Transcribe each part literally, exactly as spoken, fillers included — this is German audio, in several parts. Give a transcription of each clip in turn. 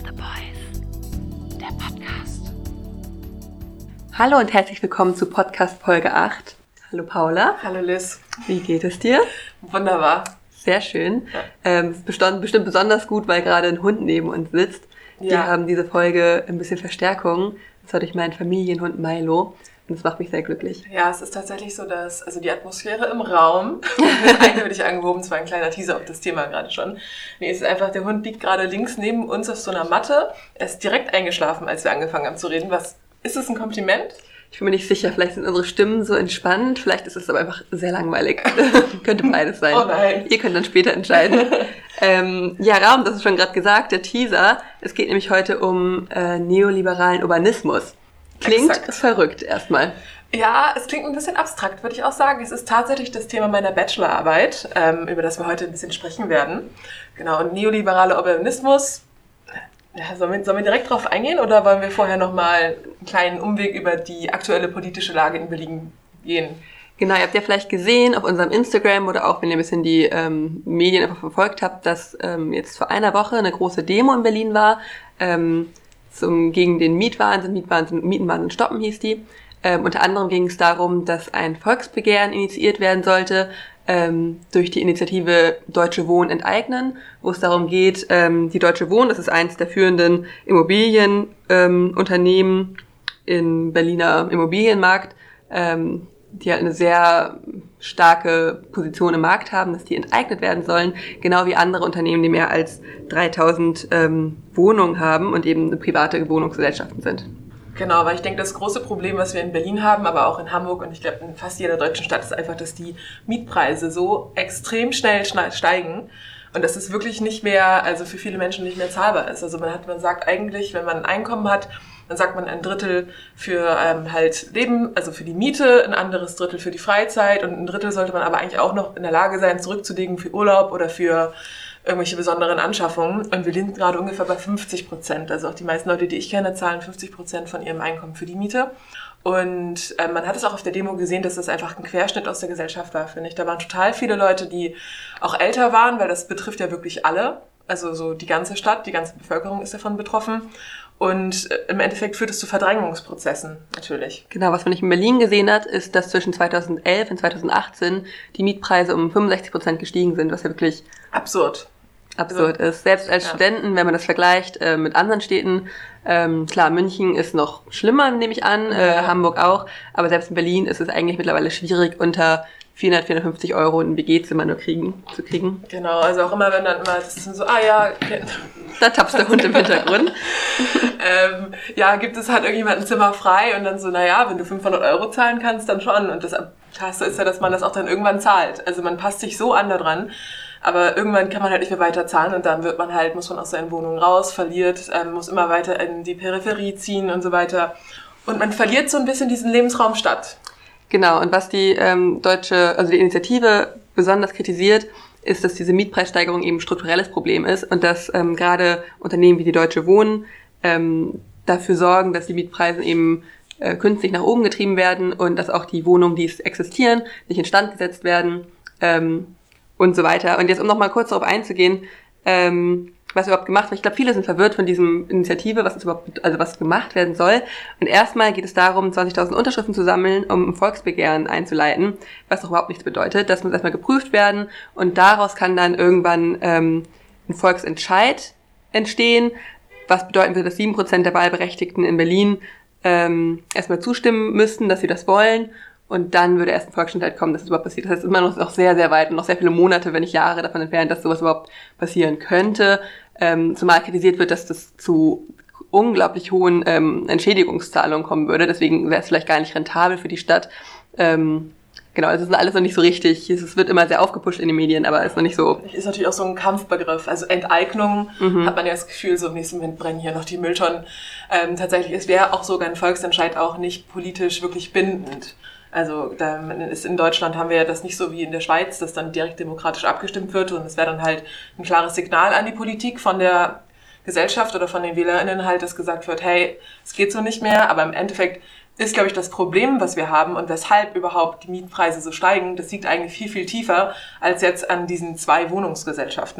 the Boys, der Podcast. Hallo und herzlich willkommen zu Podcast Folge acht. Hallo Paula. Hallo Liz. Wie geht es dir? Wunderbar. Sehr schön. Ja. Ähm, bestimmt, bestimmt besonders gut, weil gerade ein Hund neben uns sitzt. Ja. Wir haben diese Folge ein bisschen Verstärkung. Das war durch meinen Familienhund Milo. Und das macht mich sehr glücklich. Ja, es ist tatsächlich so, dass also die Atmosphäre im Raum wird eindeutig angehoben. Das war ein kleiner Teaser auf das Thema gerade schon. Nee, es ist einfach, der Hund liegt gerade links neben uns auf so einer Matte. Er ist direkt eingeschlafen, als wir angefangen haben zu reden. Was, ist es ein Kompliment? Ich bin mir nicht sicher. Vielleicht sind unsere Stimmen so entspannt. Vielleicht ist es aber einfach sehr langweilig. Könnte beides sein. Oh nein. Ihr könnt dann später entscheiden. ähm, ja, Raum, das ist schon gerade gesagt, der Teaser. Es geht nämlich heute um äh, neoliberalen Urbanismus. Klingt Exakt. Verrückt erstmal. Ja, es klingt ein bisschen abstrakt, würde ich auch sagen. Es ist tatsächlich das Thema meiner Bachelorarbeit, ähm, über das wir heute ein bisschen sprechen werden. Genau, und neoliberaler Urbanismus. Ja, sollen wir, sollen wir direkt drauf eingehen oder wollen wir vorher nochmal einen kleinen Umweg über die aktuelle politische Lage in Berlin gehen? Genau, ihr habt ja vielleicht gesehen auf unserem Instagram oder auch, wenn ihr ein bisschen die ähm, Medien einfach verfolgt habt, dass ähm, jetzt vor einer Woche eine große Demo in Berlin war, ähm, zum, gegen den Mietwahnsinn, Mietwahnsinn, Mietenwahnsinn stoppen hieß die. Ähm, unter anderem ging es darum, dass ein Volksbegehren initiiert werden sollte ähm, durch die Initiative Deutsche Wohnen enteignen, wo es darum geht, ähm, die Deutsche Wohnen, das ist eines der führenden Immobilienunternehmen ähm, im Berliner Immobilienmarkt, ähm, die halt eine sehr starke Position im Markt haben, dass die enteignet werden sollen, genau wie andere Unternehmen, die mehr als dreitausend ähm, Wohnungen haben und eben private Wohnungsgesellschaften sind. Genau, weil ich denke, das große Problem, was wir in Berlin haben, aber auch in Hamburg und ich glaube in fast jeder deutschen Stadt, ist einfach, dass die Mietpreise so extrem schnell steigen und dass es wirklich nicht mehr, also für viele Menschen nicht mehr zahlbar ist. Also man hat, man sagt eigentlich, wenn man ein Einkommen hat, dann sagt man ein Drittel für ähm, halt Leben, also für die Miete, ein anderes Drittel für die Freizeit und ein Drittel sollte man aber eigentlich auch noch in der Lage sein, zurückzulegen für Urlaub oder für irgendwelche besonderen Anschaffungen. Und wir liegen gerade ungefähr bei fünfzig Prozent. Also auch die meisten Leute, die ich kenne, zahlen fünfzig Prozent von ihrem Einkommen für die Miete. Und äh, man hat es auch auf der Demo gesehen, dass das einfach ein Querschnitt aus der Gesellschaft war, finde ich. Da waren total viele Leute, die auch älter waren, weil das betrifft ja wirklich alle. Also so die ganze Stadt, die ganze Bevölkerung ist davon betroffen. Und im Endeffekt führt es zu Verdrängungsprozessen, natürlich. Genau, was man nicht in Berlin gesehen hat, ist, dass zwischen zweitausendelf und zweitausendachtzehn die Mietpreise um fünfundsechzig Prozent gestiegen sind, was ja wirklich absurd, absurd also, ist. Selbst als ja. Studenten, wenn man das vergleicht äh, mit anderen Städten, ähm, klar, München ist noch schlimmer, nehme ich an, äh, ja. Hamburg auch, aber selbst in Berlin ist es eigentlich mittlerweile schwierig, unter vierhundert, vierhundertfünfzig Euro ein W G-Zimmer nur kriegen, zu kriegen. Genau, also auch immer, wenn dann immer, das ist so, ah ja, okay. Da tapst der Hund im Hintergrund. ähm, ja, gibt es halt irgendjemand ein Zimmer frei und dann so, naja, wenn du fünfhundert Euro zahlen kannst, dann schon. Und das Krasse ist ja, dass man das auch dann irgendwann zahlt. Also man passt sich so an da dran, aber irgendwann kann man halt nicht mehr weiter zahlen und dann wird man halt, muss man aus seinen Wohnungen raus, verliert, ähm, muss immer weiter in die Peripherie ziehen und so weiter. Und man verliert so ein bisschen diesen Lebensraum Stadt. Genau, und was die ähm, deutsche, also die Initiative besonders kritisiert, ist, dass diese Mietpreissteigerung eben ein strukturelles Problem ist und dass ähm, gerade Unternehmen wie die Deutsche Wohnen ähm, dafür sorgen, dass die Mietpreise eben äh, künstlich nach oben getrieben werden und dass auch die Wohnungen, die existieren, nicht instand gesetzt werden ähm, und so weiter. Und jetzt, um nochmal kurz darauf einzugehen, ähm, was überhaupt gemacht wird. Ich glaube, viele sind verwirrt von diesem Initiative, was es überhaupt, also was gemacht werden soll. Und erstmal geht es darum, zwanzigtausend Unterschriften zu sammeln, um ein Volksbegehren einzuleiten, was doch überhaupt nichts bedeutet. Das muss erstmal geprüft werden und daraus kann dann irgendwann ähm, ein Volksentscheid entstehen, was bedeuten würde, dass sieben Prozent der Wahlberechtigten in Berlin ähm, erstmal zustimmen müssten, dass sie das wollen. Und dann würde erst ein Volksentscheid kommen, dass es überhaupt passiert. Das heißt, immer noch, noch sehr, sehr weit und noch sehr viele Monate, wenn nicht Jahre davon entfernt, dass sowas überhaupt passieren könnte. Ähm, zumal kritisiert wird, dass das zu unglaublich hohen ähm, Entschädigungszahlungen kommen würde. Deswegen wäre es vielleicht gar nicht rentabel für die Stadt. Ähm, genau, es ist alles noch nicht so richtig. Es wird immer sehr aufgepusht in den Medien, aber es ist noch nicht so. Ist natürlich auch so ein Kampfbegriff. Also Enteignung mhm. hat man ja das Gefühl, so im nächsten Moment brennen hier noch die Mülltonnen. Ähm, tatsächlich, es wäre auch sogar ein Volksentscheid auch nicht politisch wirklich bindend. Also da ist in Deutschland haben wir ja das nicht so wie in der Schweiz, dass dann direkt demokratisch abgestimmt wird und es wäre dann halt ein klares Signal an die Politik von der Gesellschaft oder von den WählerInnen halt, dass gesagt wird, hey, es geht so nicht mehr, aber im Endeffekt ist, glaube ich, das Problem, was wir haben und weshalb überhaupt die Mietpreise so steigen, das liegt eigentlich viel, viel tiefer als jetzt an diesen zwei Wohnungsgesellschaften.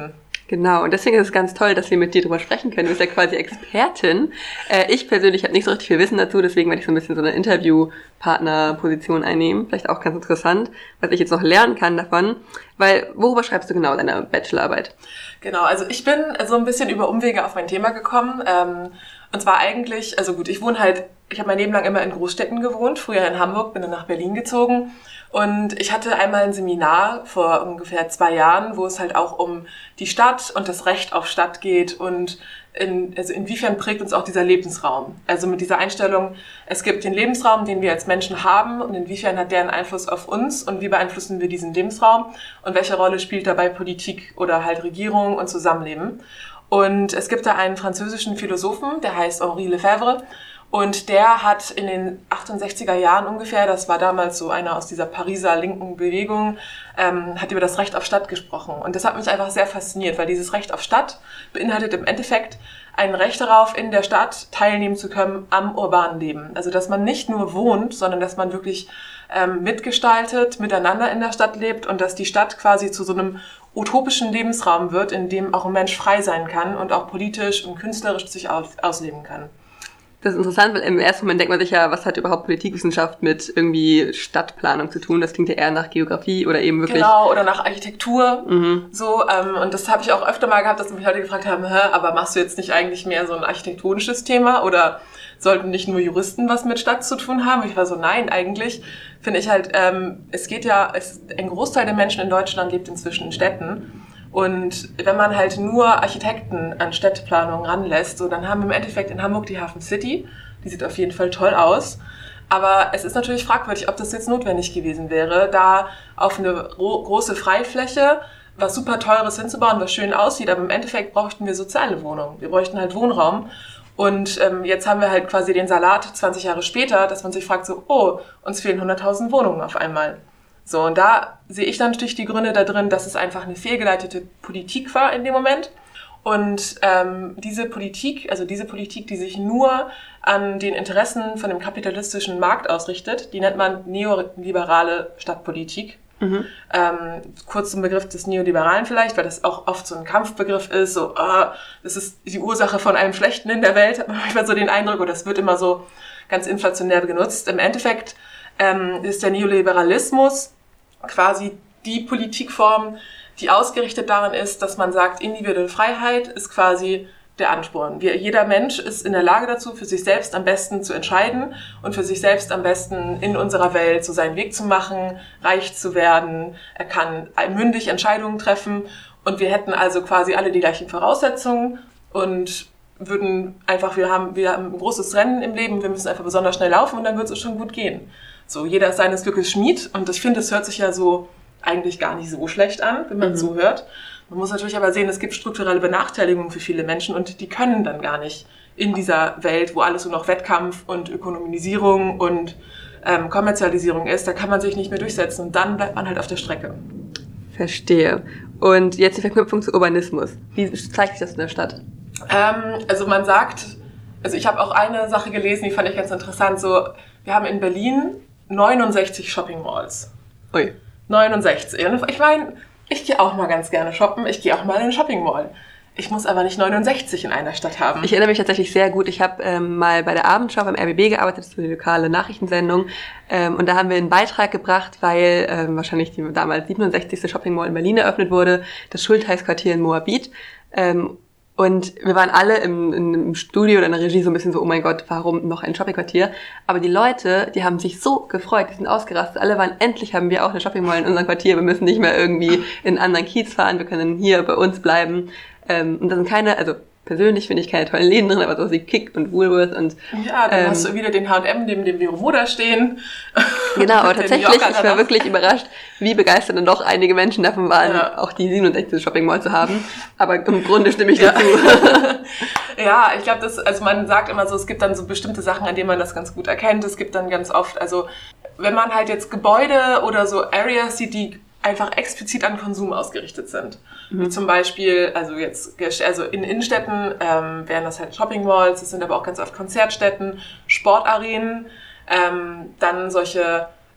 Genau, und deswegen ist es ganz toll, dass wir mit dir drüber sprechen können. Du bist ja quasi Expertin. Äh, ich persönlich habe nicht so richtig viel Wissen dazu, deswegen werde ich so ein bisschen so eine Interviewpartner-Position einnehmen. Vielleicht auch ganz interessant, was ich jetzt noch lernen kann davon. Weil, worüber schreibst du genau deine Bachelorarbeit? Genau, also ich bin so ein bisschen über Umwege auf mein Thema gekommen. Ähm, und zwar eigentlich, also gut, ich wohne halt, ich habe mein Leben lang immer in Großstädten gewohnt, früher in Hamburg, bin dann nach Berlin gezogen. Und ich hatte einmal ein Seminar vor ungefähr zwei Jahren, wo es halt auch um die Stadt und das Recht auf Stadt geht und in, also inwiefern prägt uns auch dieser Lebensraum. Also mit dieser Einstellung, es gibt den Lebensraum, den wir als Menschen haben und inwiefern hat der einen Einfluss auf uns und wie beeinflussen wir diesen Lebensraum und welche Rolle spielt dabei Politik oder halt Regierung und Zusammenleben. Und es gibt da einen französischen Philosophen, der heißt Henri Lefebvre. Und der hat in den achtundsechziger Jahren ungefähr, das war damals so einer aus dieser Pariser linken Bewegung, ähm, hat über das Recht auf Stadt gesprochen. Und das hat mich einfach sehr fasziniert, weil dieses Recht auf Stadt beinhaltet im Endeffekt ein Recht darauf, in der Stadt teilnehmen zu können am urbanen Leben. Also dass man nicht nur wohnt, sondern dass man wirklich ähm, mitgestaltet, miteinander in der Stadt lebt und dass die Stadt quasi zu so einem utopischen Lebensraum wird, in dem auch ein Mensch frei sein kann und auch politisch und künstlerisch sich aus, ausleben kann. Das ist interessant, weil im ersten Moment denkt man sich ja, was hat überhaupt Politikwissenschaft mit irgendwie Stadtplanung zu tun? Das klingt ja eher nach Geografie oder eben wirklich... Genau, oder nach Architektur. Mhm. So, ähm, und das habe ich auch öfter mal gehabt, dass mich Leute gefragt haben, hä, aber machst du jetzt nicht eigentlich mehr so ein architektonisches Thema? Oder sollten nicht nur Juristen was mit Stadt zu tun haben? Ich war so, nein, eigentlich finde ich halt, ähm, es geht ja, es, ein Großteil der Menschen in Deutschland lebt inzwischen in Städten. Und wenn man halt nur Architekten an Städteplanung ranlässt, so, dann haben wir im Endeffekt in Hamburg die Hafen City. Die sieht auf jeden Fall toll aus. Aber es ist natürlich fragwürdig, ob das jetzt notwendig gewesen wäre, da auf eine ro- große Freifläche was super Teures hinzubauen, was schön aussieht. Aber im Endeffekt bräuchten wir soziale Wohnungen. Wir bräuchten halt Wohnraum. Und ähm, jetzt haben wir halt quasi den Salat zwanzig Jahre später, dass man sich fragt so, oh, uns fehlen hunderttausend Wohnungen auf einmal. So, und da sehe ich dann natürlich die Gründe da drin, dass es einfach eine fehlgeleitete Politik war in dem Moment. Und ähm, diese Politik, also diese Politik, die sich nur an den Interessen von dem kapitalistischen Markt ausrichtet, die nennt man neoliberale Stadtpolitik. Mhm. Ähm, kurz zum Begriff des Neoliberalen vielleicht, weil das auch oft so ein Kampfbegriff ist, so, ah, das ist die Ursache von allem Schlechten in der Welt, hat man manchmal so den Eindruck, oder das wird immer so ganz inflationär benutzt. Im Endeffekt ähm, ist der Neoliberalismus quasi die Politikform, die ausgerichtet daran ist, dass man sagt, individuelle Freiheit ist quasi der Ansporn. Wir, jeder Mensch ist in der Lage dazu, für sich selbst am besten zu entscheiden und für sich selbst am besten in unserer Welt so seinen Weg zu machen, reich zu werden. Er kann mündig Entscheidungen treffen und wir hätten also quasi alle die gleichen Voraussetzungen und würden einfach, wir haben, wir haben ein großes Rennen im Leben, wir müssen einfach besonders schnell laufen und dann wird es schon gut gehen. So, jeder ist seines Glückes Schmied und ich finde, es hört sich ja so eigentlich gar nicht so schlecht an, wenn man mhm. es so hört. Man muss natürlich aber sehen, es gibt strukturelle Benachteiligungen für viele Menschen und die können dann gar nicht in dieser Welt, wo alles nur noch Wettkampf und Ökonomisierung und ähm, Kommerzialisierung ist, da kann man sich nicht mehr durchsetzen und dann bleibt man halt auf der Strecke. Verstehe. Und jetzt die Verknüpfung zu Urbanismus. Wie zeigt sich das in der Stadt? Ähm, also man sagt, also ich habe auch eine Sache gelesen, die fand ich ganz interessant, so, wir haben in Berlin neunundsechzig Shopping Malls. Ui. neunundsechzig. Ich meine, ich gehe auch mal ganz gerne shoppen. Ich gehe auch mal in eine Shopping Mall. Ich muss aber nicht neunundsechzig in einer Stadt haben. Ich erinnere mich tatsächlich sehr gut. Ich habe ähm, mal bei der Abendschau beim R B B gearbeitet, das ist eine lokale Nachrichtensendung. Ähm, und da haben wir einen Beitrag gebracht, weil ähm, wahrscheinlich die damals siebenundsechzigste Shopping Mall in Berlin eröffnet wurde, das Schultheißquartier in Moabit. Ähm, Und wir waren alle im, im Studio oder in der Regie so ein bisschen so, oh mein Gott, warum noch ein Shoppingquartier? Aber die Leute, die haben sich so gefreut, die sind ausgerastet. Alle waren, endlich haben wir auch eine Shoppingmall in unserem Quartier. Wir müssen nicht mehr irgendwie in einen anderen Kiez fahren, wir können hier bei uns bleiben. Und da sind keine, also persönlich finde ich keine tollen Läden drin, aber so wie Kick und Woolworth und... Ja, dann ähm, hast du wieder den H und M, neben dem Vero Moda stehen. Genau, aber tatsächlich, ich war wirklich überrascht, wie begeistert dann doch einige Menschen davon waren, ja. auch die siebenundsechzigste Shopping Mall zu haben. Aber im Grunde stimme ich ja. dazu. Ja, ich glaube, das, also man sagt immer so, es gibt dann so bestimmte Sachen, an denen man das ganz gut erkennt. Es gibt dann ganz oft, also wenn man halt jetzt Gebäude oder so Areas sieht, die einfach explizit an Konsum ausgerichtet sind. Mhm. Wie zum Beispiel, also jetzt, also in Innenstädten ähm, wären das halt Shopping Malls, das sind aber auch ganz oft Konzertstätten, Sportarenen, ähm, dann solche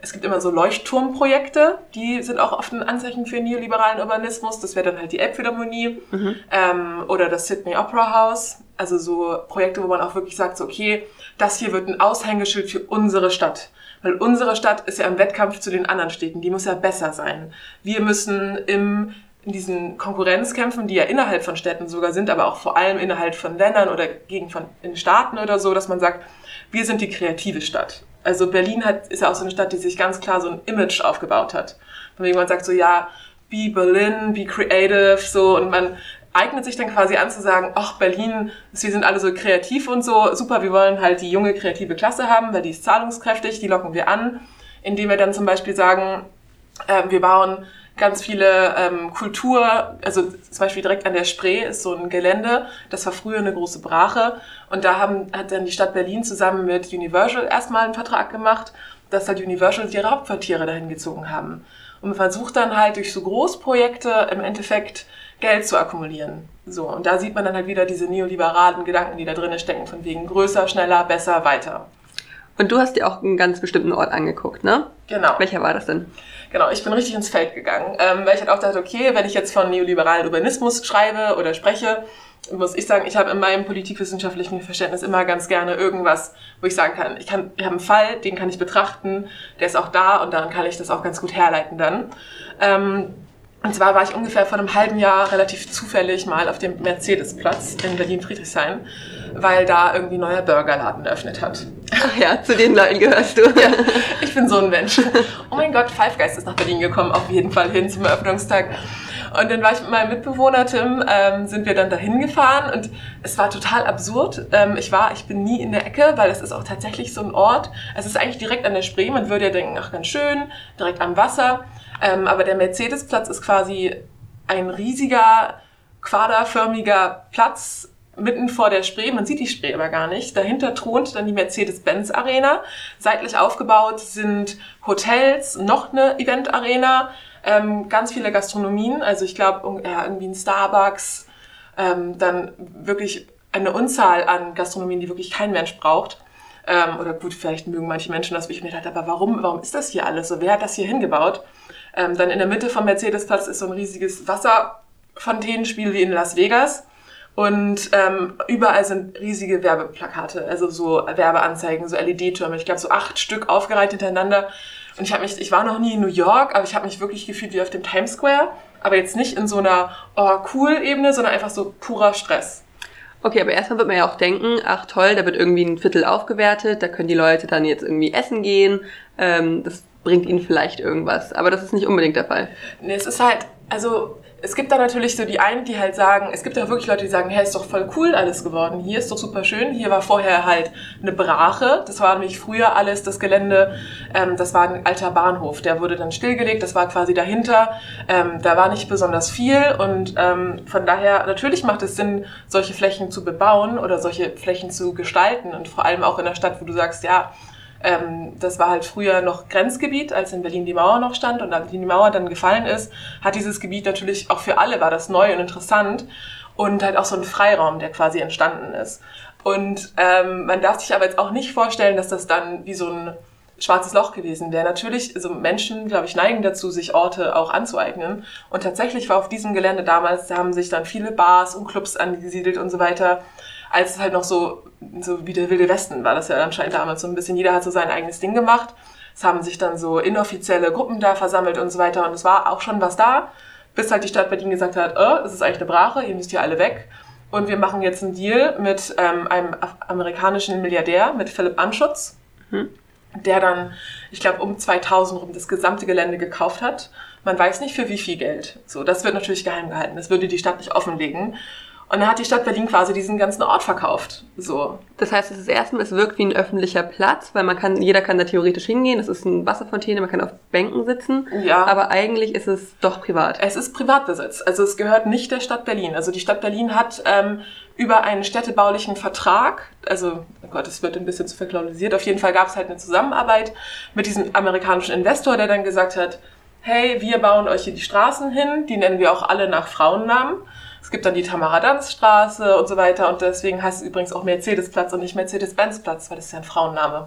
es gibt immer so Leuchtturmprojekte, die sind auch oft ein Anzeichen für neoliberalen Urbanismus. Das wäre dann halt die Elbphilharmonie mhm. ähm, oder das Sydney Opera House. Also so Projekte, wo man auch wirklich sagt, so, okay, das hier wird ein Aushängeschild für unsere Stadt. Weil unsere Stadt ist ja im Wettkampf zu den anderen Städten, die muss ja besser sein. Wir müssen im, in diesen Konkurrenzkämpfen, die ja innerhalb von Städten sogar sind, aber auch vor allem innerhalb von Ländern oder gegen von in Staaten oder so, dass man sagt, wir sind die kreative Stadt. Also Berlin hat, ist ja auch so eine Stadt, die sich ganz klar so ein Image aufgebaut hat. Von wegen man sagt so, ja, be Berlin, be creative, so, und man eignet sich dann quasi an zu sagen, ach, Berlin, wir sind alle so kreativ und so, super, wir wollen halt die junge kreative Klasse haben, weil die ist zahlungskräftig, die locken wir an, indem wir dann zum Beispiel sagen, äh, wir bauen ganz viele ähm, Kultur, also zum Beispiel direkt an der Spree ist so ein Gelände, das war früher eine große Brache und da haben, hat dann die Stadt Berlin zusammen mit Universal erstmal einen Vertrag gemacht, dass halt Universal ihre Hauptquartiere dahin gezogen haben. Und man versucht dann halt durch so Großprojekte im Endeffekt Geld zu akkumulieren. So, und da sieht man dann halt wieder diese neoliberalen Gedanken, die da drin stecken, von wegen größer, schneller, besser, weiter. Und du hast dir auch einen ganz bestimmten Ort angeguckt, ne? Genau. Welcher war das denn? Genau, ich bin richtig ins Feld gegangen, ähm, weil ich halt auch dachte, okay, wenn ich jetzt von neoliberalen Urbanismus schreibe oder spreche, muss ich sagen, ich habe in meinem politikwissenschaftlichen Verständnis immer ganz gerne irgendwas, wo ich sagen kann, ich kann, ich habe einen Fall, den kann ich betrachten, der ist auch da und daran kann ich das auch ganz gut herleiten dann. Ähm, Und zwar war ich ungefähr vor einem halben Jahr relativ zufällig mal auf dem Mercedesplatz in Berlin-Friedrichshain, weil da irgendwie ein neuer Burgerladen eröffnet hat. Ach ja, zu den Leuten gehörst du. Ja, ich bin so ein Mensch. Oh mein Gott, Five Guys ist nach Berlin gekommen, auf jeden Fall hin zum Eröffnungstag. Und dann war ich mit meinem Mitbewohner Tim, ähm, sind wir dann dahin gefahren und es war total absurd. Ähm, ich war, ich bin nie in der Ecke, weil es ist auch tatsächlich so ein Ort. Es ist eigentlich direkt an der Spree, man würde ja denken, ach ganz schön, direkt am Wasser. Ähm, aber der Mercedesplatz ist quasi ein riesiger, quaderförmiger Platz mitten vor der Spree. Man sieht die Spree aber gar nicht. Dahinter thront dann die Mercedes-Benz-Arena. Seitlich aufgebaut sind Hotels, noch eine Event-Arena, ähm, ganz viele Gastronomien. Also ich glaube, ja, irgendwie ein Starbucks, ähm, dann wirklich eine Unzahl an Gastronomien, die wirklich kein Mensch braucht. Ähm, oder gut, vielleicht mögen manche Menschen das, wie ich mir dachte, aber warum, warum ist das hier alles so? Wer hat das hier hingebaut? Ähm, dann in der Mitte vom Mercedesplatz ist so ein riesiges Wasserfontänenspiel wie in Las Vegas. Und ähm, überall sind riesige Werbeplakate, also so Werbeanzeigen, so L E D-Türme. Ich glaube, so acht Stück aufgereiht hintereinander. Und ich habe mich, ich war noch nie in New York, aber ich habe mich wirklich gefühlt wie auf dem Times Square. Aber jetzt nicht in so einer oh, cool Ebene, sondern einfach so purer Stress. Okay, aber erstmal wird man ja auch denken, ach toll, da wird irgendwie ein Viertel aufgewertet, da können die Leute dann jetzt irgendwie essen gehen, ähm, das bringt ihnen vielleicht irgendwas. Aber das ist nicht unbedingt der Fall. Nee, es ist halt, also es gibt da natürlich so die einen, die halt sagen, es gibt ja wirklich Leute, die sagen, hey, ist doch voll cool alles geworden, hier ist doch super schön, hier war vorher halt eine Brache, das war nämlich früher alles das Gelände, ähm, das war ein alter Bahnhof, der wurde dann stillgelegt, das war quasi dahinter, ähm, da war nicht besonders viel und ähm, von daher, natürlich macht es Sinn, solche Flächen zu bebauen oder solche Flächen zu gestalten und vor allem auch in einer Stadt, wo du sagst, ja, Ähm, das war halt früher noch Grenzgebiet, als in Berlin die Mauer noch stand und als die Mauer dann gefallen ist, hat dieses Gebiet natürlich auch für alle war das neu und interessant und halt auch so ein Freiraum, der quasi entstanden ist. Und ähm, man darf sich aber jetzt auch nicht vorstellen, dass das dann wie so ein schwarzes Loch gewesen wäre. Natürlich, also Menschen, glaube ich, neigen dazu, sich Orte auch anzueignen. Und tatsächlich war auf diesem Gelände damals, da haben sich dann viele Bars und Clubs angesiedelt und so weiter, als es halt noch so, so wie der Wilde Westen war das ja anscheinend damals so ein bisschen. Jeder hat so sein eigenes Ding gemacht. Es haben sich dann so inoffizielle Gruppen da versammelt und so weiter. Und es war auch schon was da, bis halt die Stadt Berlin gesagt hat, oh, das ist eigentlich eine Brache, ihr müsst hier alle weg. Und wir machen jetzt einen Deal mit ähm, einem amerikanischen Milliardär, mit Philipp Anschutz, mhm. der dann, ich glaube, um zweitausend rum das gesamte Gelände gekauft hat. Man weiß nicht, für wie viel Geld. So, das wird natürlich geheim gehalten. Das würde die Stadt nicht offenlegen. Und dann hat die Stadt Berlin quasi diesen ganzen Ort verkauft. So. Das heißt, es ist erstmal, es wirkt wie ein öffentlicher Platz, weil man kann, jeder kann da theoretisch hingehen. Es ist eine Wasserfontäne, man kann auf Bänken sitzen. Ja. Aber eigentlich ist es doch privat. Es ist Privatbesitz. Also es gehört nicht der Stadt Berlin. Also die Stadt Berlin hat ähm, über einen städtebaulichen Vertrag, also, oh Gott, es wird ein bisschen zu verklausulisiert, auf jeden Fall gab es halt eine Zusammenarbeit mit diesem amerikanischen Investor, der dann gesagt hat, hey, wir bauen euch hier die Straßen hin, die nennen wir auch alle nach Frauennamen. Es gibt dann die Tamara-Danz-Straße und so weiter und deswegen heißt es übrigens auch Mercedesplatz und nicht Mercedes-Benz-Platz, weil das ist ja ein Frauenname.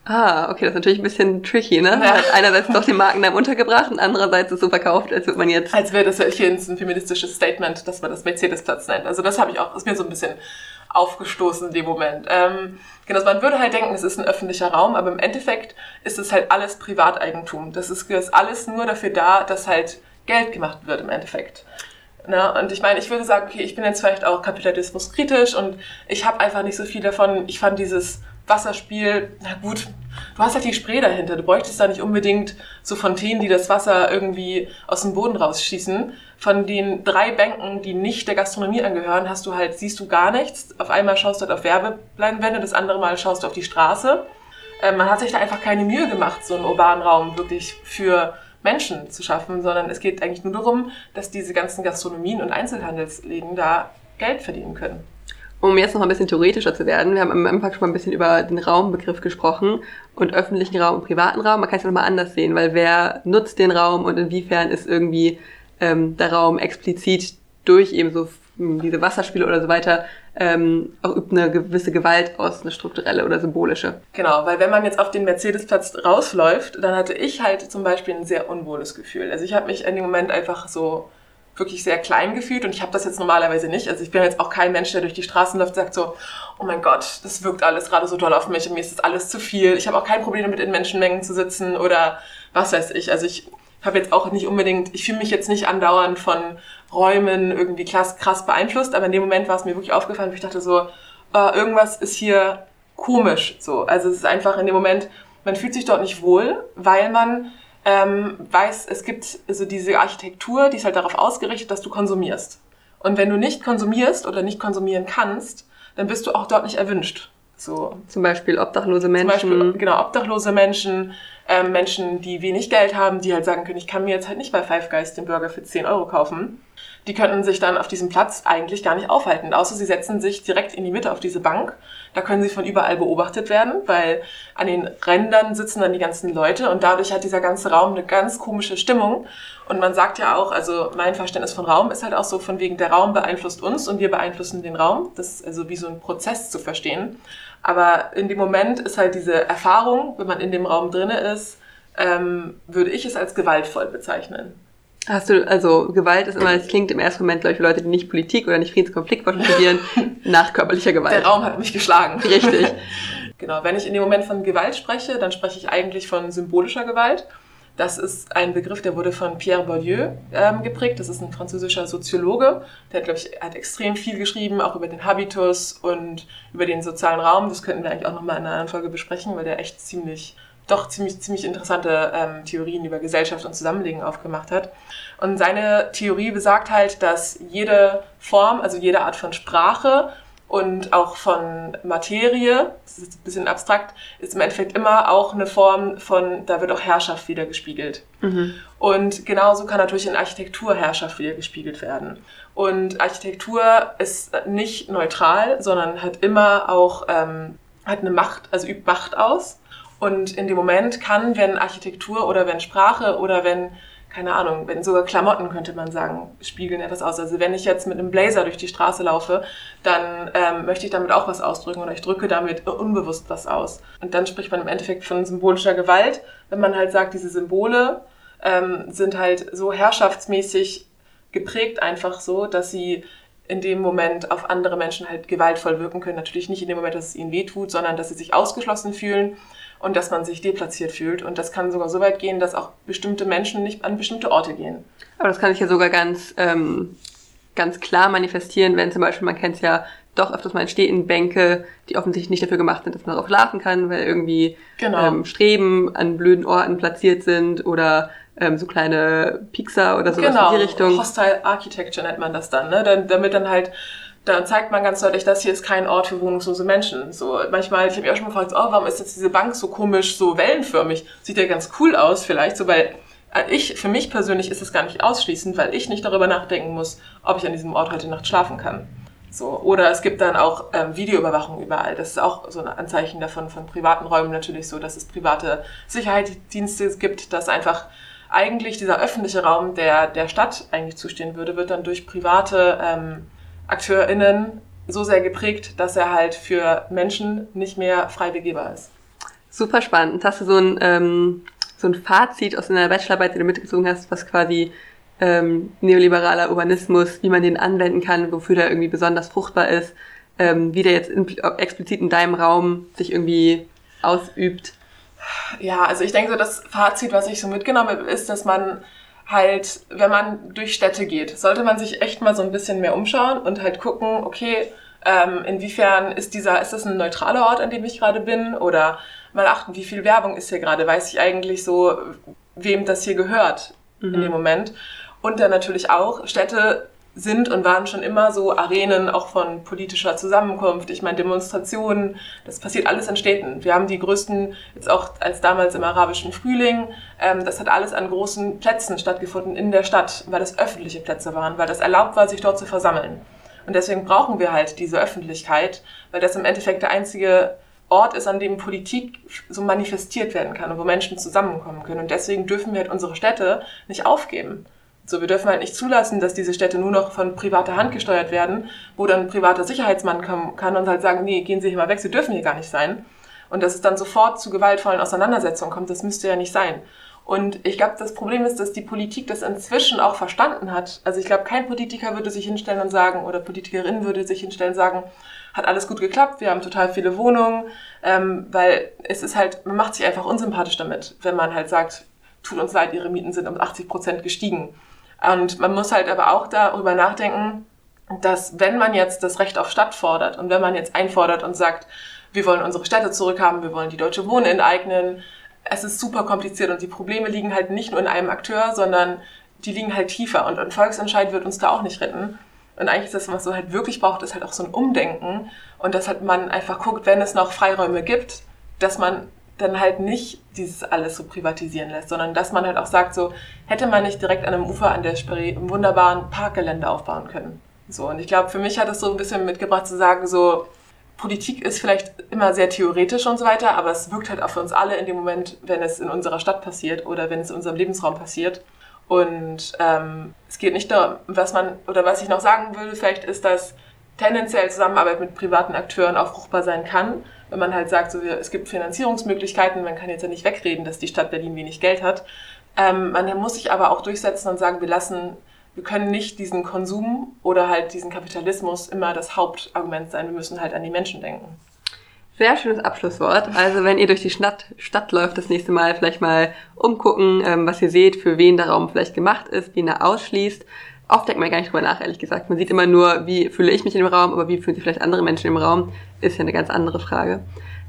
Ah, okay, das ist natürlich ein bisschen tricky, ne? Man hat einerseits doch den Markennamen untergebracht und andererseits ist so verkauft, als würde man jetzt... Als wäre das ja hier ein feministisches Statement, dass man das Mercedes-Platz nennt. Also das habe ich auch, ist mir so ein bisschen aufgestoßen in dem Moment. Ähm, genau, man würde halt denken, es ist ein öffentlicher Raum, aber im Endeffekt ist es halt alles Privateigentum. Das ist, das ist alles nur dafür da, dass halt Geld gemacht wird im Endeffekt. Na, und ich meine, ich würde sagen, okay, ich bin jetzt vielleicht auch kapitalismuskritisch und ich habe einfach nicht so viel davon. Ich fand dieses Wasserspiel, na gut, du hast halt die Spree dahinter. Du bräuchtest da nicht unbedingt so Fontänen, die das Wasser irgendwie aus dem Boden rausschießen. Von den drei Bänken, die nicht der Gastronomie angehören, hast du halt, siehst du gar nichts. Auf einmal schaust du halt auf Werbeleinwände, das andere Mal schaust du auf die Straße. Äh, man hat sich da einfach keine Mühe gemacht, so einen urbanen Raum wirklich für Menschen zu schaffen, sondern es geht eigentlich nur darum, dass diese ganzen Gastronomien und Einzelhandelsläden da Geld verdienen können. Um jetzt noch ein bisschen theoretischer zu werden, wir haben am Anfang schon mal ein bisschen über den Raumbegriff gesprochen und öffentlichen Raum und privaten Raum. Man kann es ja nochmal anders sehen, weil wer nutzt den Raum und inwiefern ist irgendwie ähm, der Raum explizit durch eben so diese Wasserspiele oder so weiter ähm, auch übt eine gewisse Gewalt aus, eine strukturelle oder symbolische. Genau, weil wenn man jetzt auf den Mercedesplatz rausläuft, dann hatte ich halt zum Beispiel ein sehr unwohles Gefühl. Also ich habe mich in dem Moment einfach so wirklich sehr klein gefühlt und ich habe das jetzt normalerweise nicht. Also ich bin jetzt auch kein Mensch, der durch die Straßen läuft und sagt so, oh mein Gott, das wirkt alles gerade so doll auf mich und mir ist das alles zu viel. Ich habe auch kein Problem damit, in Menschenmengen zu sitzen oder was weiß ich. Also ich habe jetzt auch nicht unbedingt, ich fühle mich jetzt nicht andauernd von Räumen irgendwie krass, krass beeinflusst, aber in dem Moment war es mir wirklich aufgefallen, wo ich dachte so, äh, irgendwas ist hier komisch. So. Also es ist einfach in dem Moment, man fühlt sich dort nicht wohl, weil man ähm, weiß, es gibt also diese Architektur, die ist halt darauf ausgerichtet, dass du konsumierst. Und wenn du nicht konsumierst oder nicht konsumieren kannst, dann bist du auch dort nicht erwünscht. So. Zum Beispiel obdachlose Menschen. Zum Beispiel, genau, obdachlose Menschen, ähm, Menschen, die wenig Geld haben, die halt sagen können, ich kann mir jetzt halt nicht bei Five Guys den Burger für zehn Euro kaufen. Die könnten sich dann auf diesem Platz eigentlich gar nicht aufhalten, außer sie setzen sich direkt in die Mitte auf diese Bank. Da können sie von überall beobachtet werden, weil an den Rändern sitzen dann die ganzen Leute und dadurch hat dieser ganze Raum eine ganz komische Stimmung. Und man sagt ja auch, also mein Verständnis von Raum ist halt auch so von wegen, der Raum beeinflusst uns und wir beeinflussen den Raum. Das ist also wie so ein Prozess zu verstehen. Aber in dem Moment ist halt diese Erfahrung, wenn man in dem Raum drinne ist, ähm, würde ich es als gewaltvoll bezeichnen. Hast du, also Gewalt ist immer, es klingt im ersten Moment, glaube ich, für Leute, die nicht Politik oder nicht Friedenskonfliktforschung studieren, nach körperlicher Gewalt. Der Raum hat mich geschlagen. Richtig. Genau, wenn ich in dem Moment von Gewalt spreche, dann spreche ich eigentlich von symbolischer Gewalt. Das ist ein Begriff, der wurde von Pierre Bourdieu ähm, geprägt. Das ist ein französischer Soziologe. Der hat, glaube ich, hat extrem viel geschrieben, auch über den Habitus und über den sozialen Raum. Das könnten wir eigentlich auch nochmal in einer anderen Folge besprechen, weil der echt ziemlich, doch ziemlich, ziemlich interessante ähm, Theorien über Gesellschaft und Zusammenleben aufgemacht hat. Und seine Theorie besagt halt, dass jede Form, also jede Art von Sprache und auch von Materie, das ist ein bisschen abstrakt, ist im Endeffekt immer auch eine Form von, da wird auch Herrschaft wieder gespiegelt. Mhm. Und genauso kann natürlich in Architektur Herrschaft wieder gespiegelt werden. Und Architektur ist nicht neutral, sondern hat immer auch, ähm, hat eine Macht, also übt Macht aus. Und in dem Moment kann, wenn Architektur oder wenn Sprache oder wenn, keine Ahnung, wenn sogar Klamotten, könnte man sagen, spiegeln etwas aus. Also wenn ich jetzt mit einem Blazer durch die Straße laufe, dann ähm, möchte ich damit auch was ausdrücken oder ich drücke damit unbewusst was aus. Und dann spricht man im Endeffekt von symbolischer Gewalt, wenn man halt sagt, diese Symbole ähm, sind halt so herrschaftsmäßig geprägt einfach so, dass sie in dem Moment auf andere Menschen halt gewaltvoll wirken können. Natürlich nicht in dem Moment, dass es ihnen wehtut, sondern dass sie sich ausgeschlossen fühlen und dass man sich deplatziert fühlt. Und das kann sogar so weit gehen, dass auch bestimmte Menschen nicht an bestimmte Orte gehen. Aber das kann sich ja sogar ganz, ähm, ganz klar manifestieren, wenn zum Beispiel, man kennt es ja doch öfters mal in Städten, Bänke, die offensichtlich nicht dafür gemacht sind, dass man darauf schlafen kann, weil irgendwie genau. ähm, Streben an blöden Orten platziert sind oder ähm, so kleine Piekser oder sowas genau. in die Richtung. Hostile Architecture nennt man das dann, ne? Dann, damit dann halt da zeigt man ganz deutlich, das hier ist kein Ort für wohnungslose Menschen. So manchmal, ich habe mich auch schon mal gefragt, oh, warum ist jetzt diese Bank so komisch, so wellenförmig? Sieht ja ganz cool aus vielleicht, so weil ich, für mich persönlich ist es gar nicht ausschließend, weil ich nicht darüber nachdenken muss, ob ich an diesem Ort heute Nacht schlafen kann. So, oder es gibt dann auch ähm, Videoüberwachung überall. Das ist auch so ein Anzeichen davon von privaten Räumen natürlich so, dass es private Sicherheitsdienste gibt, dass einfach eigentlich dieser öffentliche Raum, der der Stadt eigentlich zustehen würde, wird dann durch private ähm, AkteurInnen so sehr geprägt, dass er halt für Menschen nicht mehr frei begehbar ist. Super spannend. Hast du so ein, ähm, so ein Fazit aus deiner Bachelorarbeit, die du mitgezogen hast, was quasi ähm, neoliberaler Urbanismus, wie man den anwenden kann, wofür der irgendwie besonders fruchtbar ist, ähm, wie der jetzt impl- explizit in deinem Raum sich irgendwie ausübt? Ja, also ich denke so, das Fazit, was ich so mitgenommen habe, ist, dass man halt, wenn man durch Städte geht, sollte man sich echt mal so ein bisschen mehr umschauen und halt gucken, okay, ähm, inwiefern ist dieser, ist das ein neutraler Ort, an dem ich gerade bin, oder mal achten, wie viel Werbung ist hier gerade, weiß ich eigentlich so, wem das hier gehört mhm. in dem Moment. Und dann natürlich auch, Städte sind und waren schon immer so Arenen auch von politischer Zusammenkunft. Ich meine, Demonstrationen, das passiert alles in Städten. Wir haben die größten, jetzt auch als damals im arabischen Frühling, ähm, das hat alles an großen Plätzen stattgefunden in der Stadt, weil das öffentliche Plätze waren, weil das erlaubt war, sich dort zu versammeln. Und deswegen brauchen wir halt diese Öffentlichkeit, weil das im Endeffekt der einzige Ort ist, an dem Politik so manifestiert werden kann und wo Menschen zusammenkommen können. Und deswegen dürfen wir halt unsere Städte nicht aufgeben. So, wir dürfen halt nicht zulassen, dass diese Städte nur noch von privater Hand gesteuert werden, wo dann ein privater Sicherheitsmann kommen kann und halt sagen, nee, gehen Sie hier mal weg, Sie dürfen hier gar nicht sein. Und dass es dann sofort zu gewaltvollen Auseinandersetzungen kommt, das müsste ja nicht sein. Und ich glaube, das Problem ist, dass die Politik das inzwischen auch verstanden hat. Also ich glaube, kein Politiker würde sich hinstellen und sagen, oder Politikerin würde sich hinstellen und sagen, hat alles gut geklappt, wir haben total viele Wohnungen, ähm, weil es ist halt, man macht sich einfach unsympathisch damit, wenn man halt sagt, tut uns leid, Ihre Mieten sind um achtzig Prozent gestiegen. Und man muss halt aber auch darüber nachdenken, dass wenn man jetzt das Recht auf Stadt fordert und wenn man jetzt einfordert und sagt, wir wollen unsere Städte zurückhaben, wir wollen die Deutsche Wohnen enteignen, es ist super kompliziert und die Probleme liegen halt nicht nur in einem Akteur, sondern die liegen halt tiefer und ein Volksentscheid wird uns da auch nicht retten. Und eigentlich ist das, was man halt wirklich braucht, ist halt auch so ein Umdenken und dass halt man einfach guckt, wenn es noch Freiräume gibt, dass man dann halt nicht dieses alles so privatisieren lässt, sondern dass man halt auch sagt, so hätte man nicht direkt an einem Ufer an der Spree ein wunderbaren Parkgelände aufbauen können. So, und ich glaube, für mich hat es so ein bisschen mitgebracht zu sagen, so Politik ist vielleicht immer sehr theoretisch und so weiter, aber es wirkt halt auch für uns alle in dem Moment, wenn es in unserer Stadt passiert oder wenn es in unserem Lebensraum passiert. Und ähm, es geht nicht darum, was man, oder was ich noch sagen würde, vielleicht ist, dass tendenziell Zusammenarbeit mit privaten Akteuren auch fruchtbar sein kann, wenn man halt sagt, so, es gibt Finanzierungsmöglichkeiten, man kann jetzt ja nicht wegreden, dass die Stadt Berlin wenig Geld hat. Ähm, man muss sich aber auch durchsetzen und sagen, wir lassen, wir können nicht diesen Konsum oder halt diesen Kapitalismus immer das Hauptargument sein, wir müssen halt an die Menschen denken. Sehr schönes Abschlusswort. Also wenn ihr durch die Stadt, Stadt läuft, das nächste Mal vielleicht mal umgucken, ähm, was ihr seht, für wen der Raum vielleicht gemacht ist, wen er ausschließt. Oft denkt man gar nicht drüber nach, ehrlich gesagt. Man sieht immer nur, wie fühle ich mich in dem Raum, aber wie fühlen sich vielleicht andere Menschen im Raum, ist ja eine ganz andere Frage.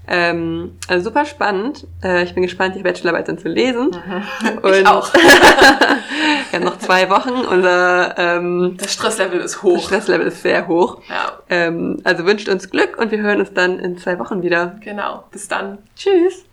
Ähm, also super spannend. Äh, ich bin gespannt, die Bachelorarbeit dann zu lesen. Mhm. Und ich auch. Wir haben noch zwei Wochen. Unser ähm, das Stresslevel ist hoch. Das Stresslevel ist sehr hoch. Ja. Ähm, also wünscht uns Glück und wir hören uns dann in zwei Wochen wieder. Genau. Bis dann. Tschüss.